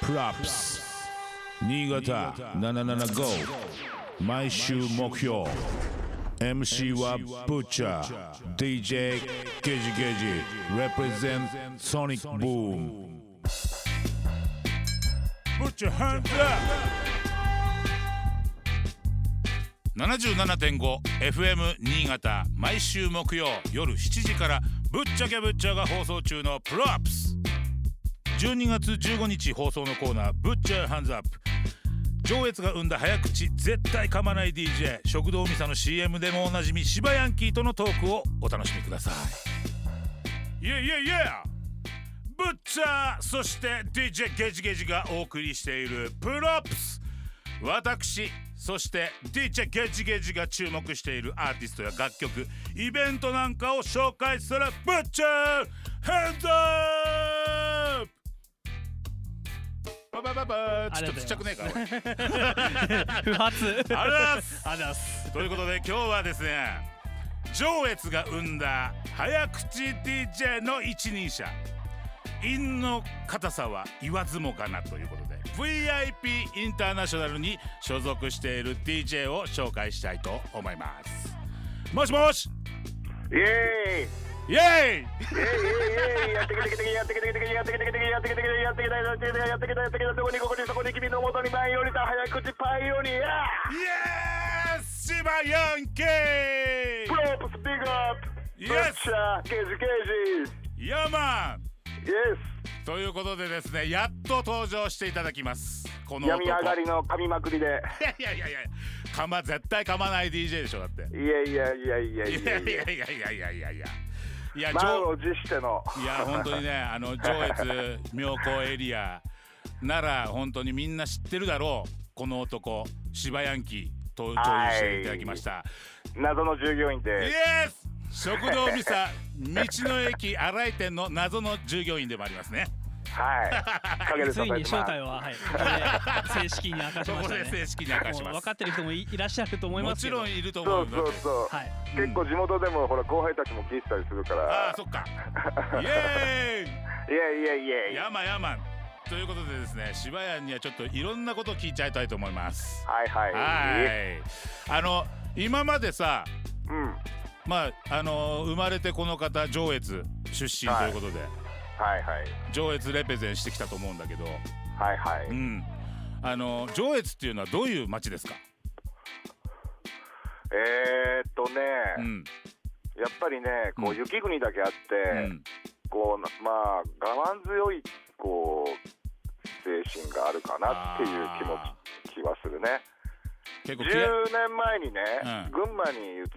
プラップス新潟775毎週目標 MC はブッチャー DJ ゲジゲジ represent Sonic Boom ブッチャーハンズアップ 77.5FM 新潟毎週木曜夜7時からぶっちゃけぶっちゃが放送中のプロアップス12月15日放送のコーナーぶっちゃハンズアップ上越が生んだ早口絶対噛まない DJ 食堂ミサの CM でもおなじみ柴ヤンキーとのトークをお楽しみください。イエイイエイイエイぶっちゃそして DJ ゲジゲジがお送りしているプロアップス私そして DJ ゲジゲジが注目しているアーティストや楽曲イベントなんかを紹介するぶっちゃハンズアップちょっとちっちゃくねえか不発あらすということで今日はですね上越が生んだ早口 DJ の一人者陰の硬さは言わずもがなということで VIP インターナショナルに所属している DJ を紹介したいと思います。もしもしイエーイイエーイやってきたそこに君の元に舞い降りた早口パイオニアイエース柴ヤンキープロップスビッグアップイエスブッチャーゲジヤマンイエスということでですねやっと登場していただきますこの男病み上がりの噛みまくりでいや絶対噛まない DJ でしょだっていや満を持してのいや本当にね上越妙高エリアなら本当にみんな知ってるだろうこの男柴ヤンキー登場していただきました謎の従業員でイエス食堂ミサ道の駅新井店の謎の従業員でもありますねはいついに正体は、ここで正式に明かしましたね。 ここで正式に明かします。 分かってる人もいらっしゃると思いますけど。 もちろんいると思う。 そう、はい、結構地元でもほら後輩たちも聞いてたりするから。 あ、そっか。イエーイ。ヤマということでですね、柴ヤンにはちょっといろんなことを聞いちゃいたいと思います。今までさ、まあ生まれてこの方上越出身ということで。上越レペゼンしてきたと思うんだけど上越っていうのはどういう町ですか？ やっぱりねこう雪国だけあってこうまあ我慢強いこう精神があるかなっていう気はするね。10年前にね、群馬に移って、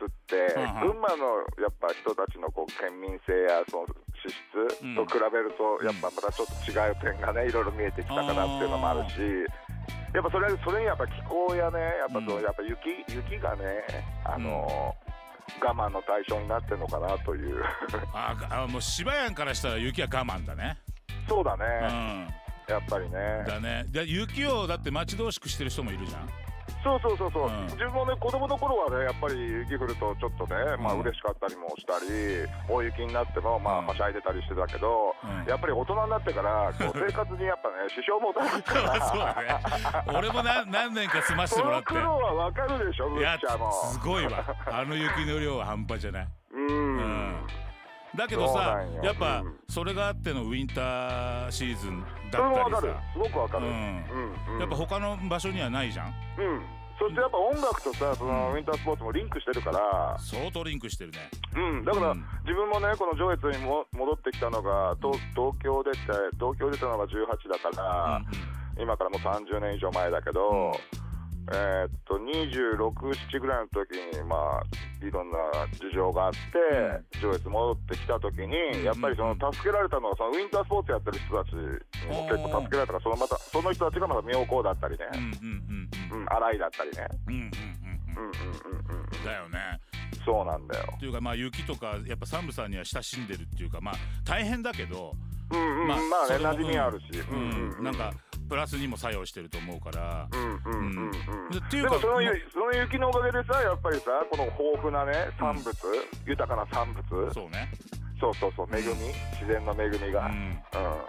群馬のやっぱ人たちのこう県民性やその資質と比べると、やっぱまたちょっと違う点がねいろいろ見えてきたかなっていうのもあるし、やっぱそれにやっぱ気候やねやっぱ雪がね我慢の対象になってるのかなというもう柴ヤンからしたら雪は我慢だね。 そうだね、やっぱりねだね。雪をだって待ち遠しくしてる人もいるじゃん。 そう、自分もね子供の頃はねやっぱり雪降るとちょっとね嬉しかったりもしたり大雪になってもはしゃいでたりしてたけど、やっぱり大人になってからこう生活にやっぱね支障も出すからそうだね。俺も何年か住ましてもらってその苦労はわかるでしょブッチャーも。 すごいわ雪の量は半端じゃない。だけどさやっぱそれがあってのウィンターシーズンだったりさすごくわかる。 やっぱ他の場所にはないじゃん。 そしてやっぱ音楽とさそのウィンタースポーツもリンクしてるから相当リンクしてるね。 だから自分もねこの上越にも戻ってきたのが東京出たのが18だから今からもう30年以上前だけど26、7ぐらいの時にいろんな事情があって上越戻ってきた時にやっぱりその助けられたのはそのウィンタースポーツやってる人たちにも結構助けられたからその人たちがまた妙高だったりね新井だったりねだよね。 そうなんだよ。 っていうか雪とかやっぱ寒さには親しんでるっていうか大変だけど馴染みあるしなんかプラスにも作用してると思うからでもその雪のおかげでさやっぱりさこの豊富なね産物豊かな産物そうねそう恵み自然の恵みが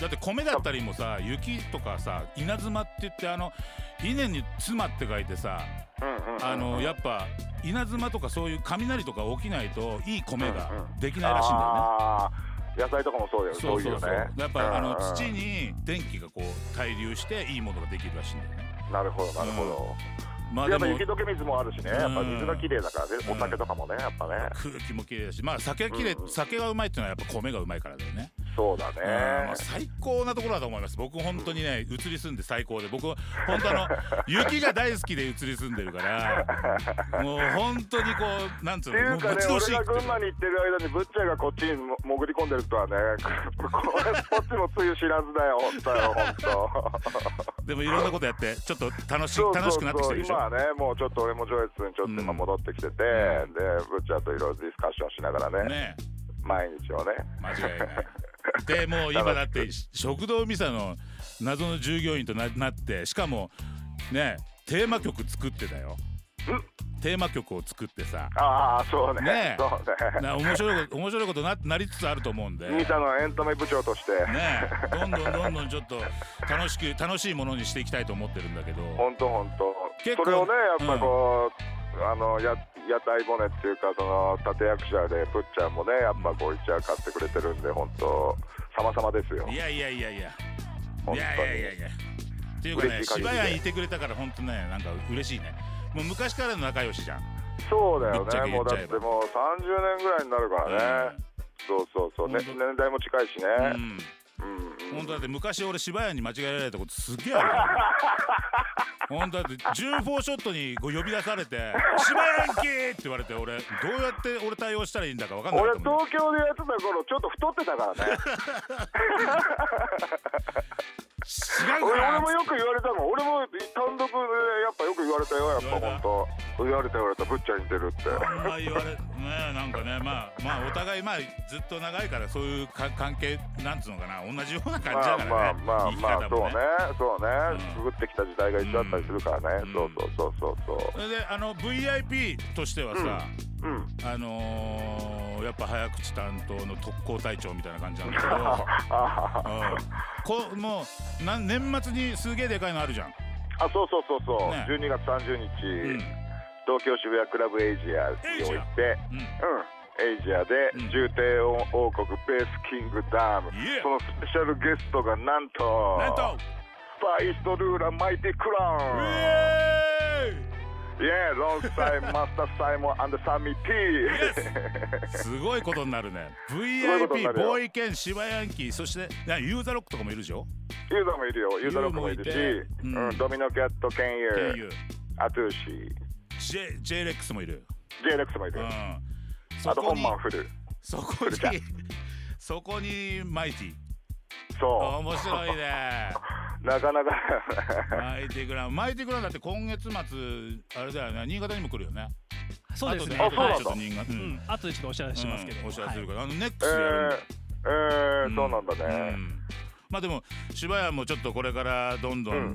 だって米だったりもさ、雪とかさ、稲妻って言って稲に妻って書いてさ、やっぱ稲妻とかそういう雷とか起きないといい米ができないらしいんだよね。 野菜とかもそうだよ。そういうね。 やっぱ土に電気がこう対流していいものができるらしいんだよね。 なるほどなるほど。 まあやっぱ雪解け水もあるしね、やっぱ水が綺麗だからね、お酒とかもね、やっぱね。 空気も綺麗だし、まあ酒が綺麗、酒がうまいっていうのはやっぱ米がうまいからだよね。 そうだね。 まあ、最高なところだと思います。僕本当にね、移り住んで最高で、僕本当雪が大好きで移り住んでるから、もう本当にこうなんつうの、 っていうかね、俺が群馬に行ってる間にブッチャーがこっちに潜り込んでるとはね、こっちもつゆ知らずだよ、本当よ、本当。 でもいろんなことやってちょっと楽しくなってきてるでしょ。 今はね、もうちょっと俺も上越にちょっと今戻ってきてて、でブッチャーといろいろディスカッションしながらね、毎日をね。 間違いない。でもう今だって食堂ミサの謎の従業員となって、しかもねテーマ曲作ってたよ。テーマ曲を作ってさ。 ああそうね。そうね。 面白いことなりつつあると思うんで。 ミサのエンタメ部長としてね、どんどんちょっと楽しいものにしていきたいと思ってるんだけど。 本当。それをねやっぱこう屋台骨っていうかその立役者でブッチャーもねやっぱこう一応買ってくれてるんで本当様々ですよ。 いや本当にっていうかね、芝屋にいてくれたから本当ねなんか嬉しいね。もう昔からの仲良しじゃん。 そうだよね。もうだってもう30年ぐらいになるからね。そう年代も近いしね。 本当だって昔俺芝屋に間違えられたことすげえあるからね。本当だって14ショットにこう呼び出されて「芝ヤンキー!」って言われて、俺どうやって俺対応したらいいんだか分かんない。 俺東京でやってた頃ちょっと太ってたからね。俺もよく言われたもん。俺も単独でやっぱよく言われたよ。やっぱ本当言われたブッチャー似てるって。 言われね、なんかね、まあお互いずっと長いからそういう関係なんつうのかな、同じような感じだからね。 まあそうねくぐってきた時代が一緒だったりするからね。そうそれでVIP としてはさ、やっぱ早口担当の特攻隊長みたいな感じなんだけど、もう年末にすげえでかいのあるじゃん。 そう12月30日東京渋谷クラブエイジアにおいてエイジアで重低音王国ベースキングダム、そのスペシャルゲストがなんとファイストルーラーマイティクラウン。ロンサイマスターサイモン&サミティ。 すごいことになるね。 VIP ボーイ兼芝ヤンキー、そしてユーザーロックとかもいるでしょ。 ユーザーもいるよ。ユーザーロックもいるし、ドミノキャットケンユアトゥーシー J レックスもいる。 J レックスもいる。あと本マンフル。そこにマイティ。そう面白いね。 なかなかマイティクラウンだって今月末あれだよね、新潟にも来るよね。 そうですね。 後でちょっとお知らせしますけど。 お知らせするからネックスでやるんだよ。 そうなんだね。 まあでも芝屋もちょっとこれからどんどん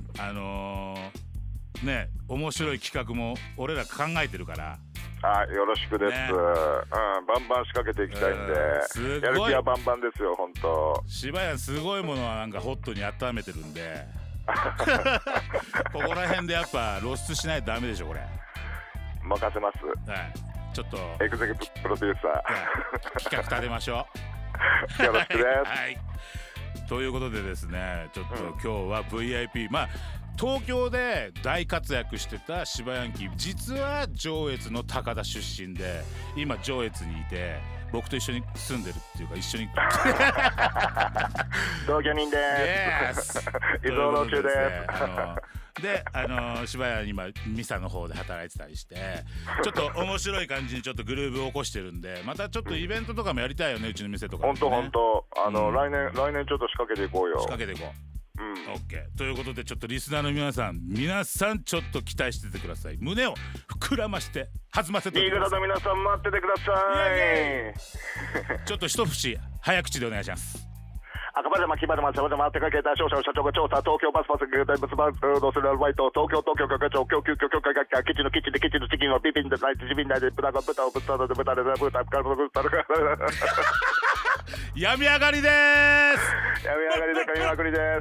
ね面白い企画も俺ら考えてるから。 よろしくです。バンバン仕掛けていきたいんで、やる気はバンバンですよ本当。 芝屋すごいものはなんかホットに温めてるんで、ここら辺でやっぱ露出しないとダメでしょこれ。 任せます。 ちょっとエグゼクティブプロデューサー企画立てましょう。よろしくです。 ということでですね、ちょっと今日は VIP、東京で大活躍してた芝ヤンキー、実は上越の高田出身で今上越にいて僕と一緒に住んでるっていうか一緒に同居人です居候中ですで芝屋に今ミサの方で働いてたりして、ちょっと面白い感じにちょっとグルーブを起こしてるんで、またちょっとイベントとかもやりたいよね、うちの店とか、ね。 本当来年ちょっと仕掛けていこうよ。 仕掛けていこう。OK ということで、ちょっとリスナーの皆さんちょっと期待しててください。胸を膨らまして弾ませておいてください。 新潟の皆さん待っててください。 ちょっと一節早口でお願いします。 赤羽山、木羽山、茶羽山、手掛けた商社の社長が調査、東京バスバス、大物バス、ロスルアルバイト、東京課長、供給許可がキッチンのキッチンでキッチンのチキンをビビンでライト、自ビン内で豚を豚で豚で豚で豚で豚で病み上がりでーす。 病み上がりで噛みまくりです。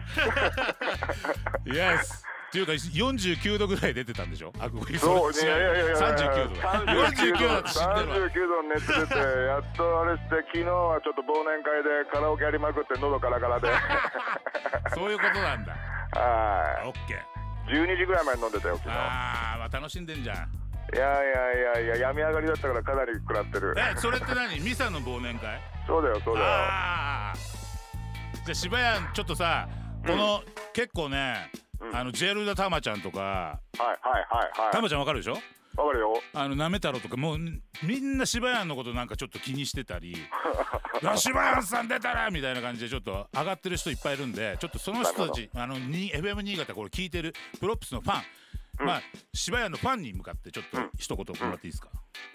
イエス。っていうか49度ぐらい出てたんでしょ。あ、 そうね、いやいやいや、 39度。49度だと死んでるわ。 39度の熱出て、やっとあれして、昨日はちょっと忘年会でカラオケやりまくって喉カラカラで。 そういうことなんだ。 はい。 オッケー。 12時ぐらいまで飲んでたよ、昨日。 ああ、まあ楽しんでんじゃん。 いや、病み上がりだったからかなり食らってる。 それって何？ミサの忘年会？ そうだよ。 ああ。じゃあ渋谷ちょっとさ、この結構ね、ジェルダタマちゃんとか、タマちゃんわかるでしょ？ わかるよ。 なめ太郎とかもうみんな渋谷のことなんかちょっと気にしてたり渋谷さん出たらみたいな感じでちょっと上がってる人いっぱいいるんで、ちょっとその人たちFM 新潟これ聞いてるプロップスのファン、まあ渋谷のファンに向かってちょっと一言もらっていいですか？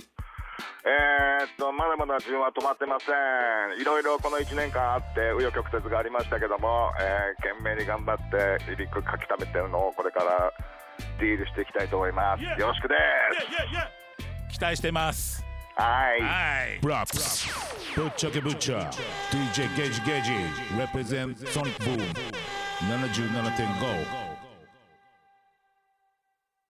まだまだ順は止まってません。いろいろこの1年間あって紆余曲折がありましたけども、懸命に頑張ってリリック書き溜めてるのをこれからディールしていきたいと思います。よろしくです。 期待してます。 はい。 プロップスぶっちゃけぶっちゃ DJ ゲージ Represent Sonic Boom 77.5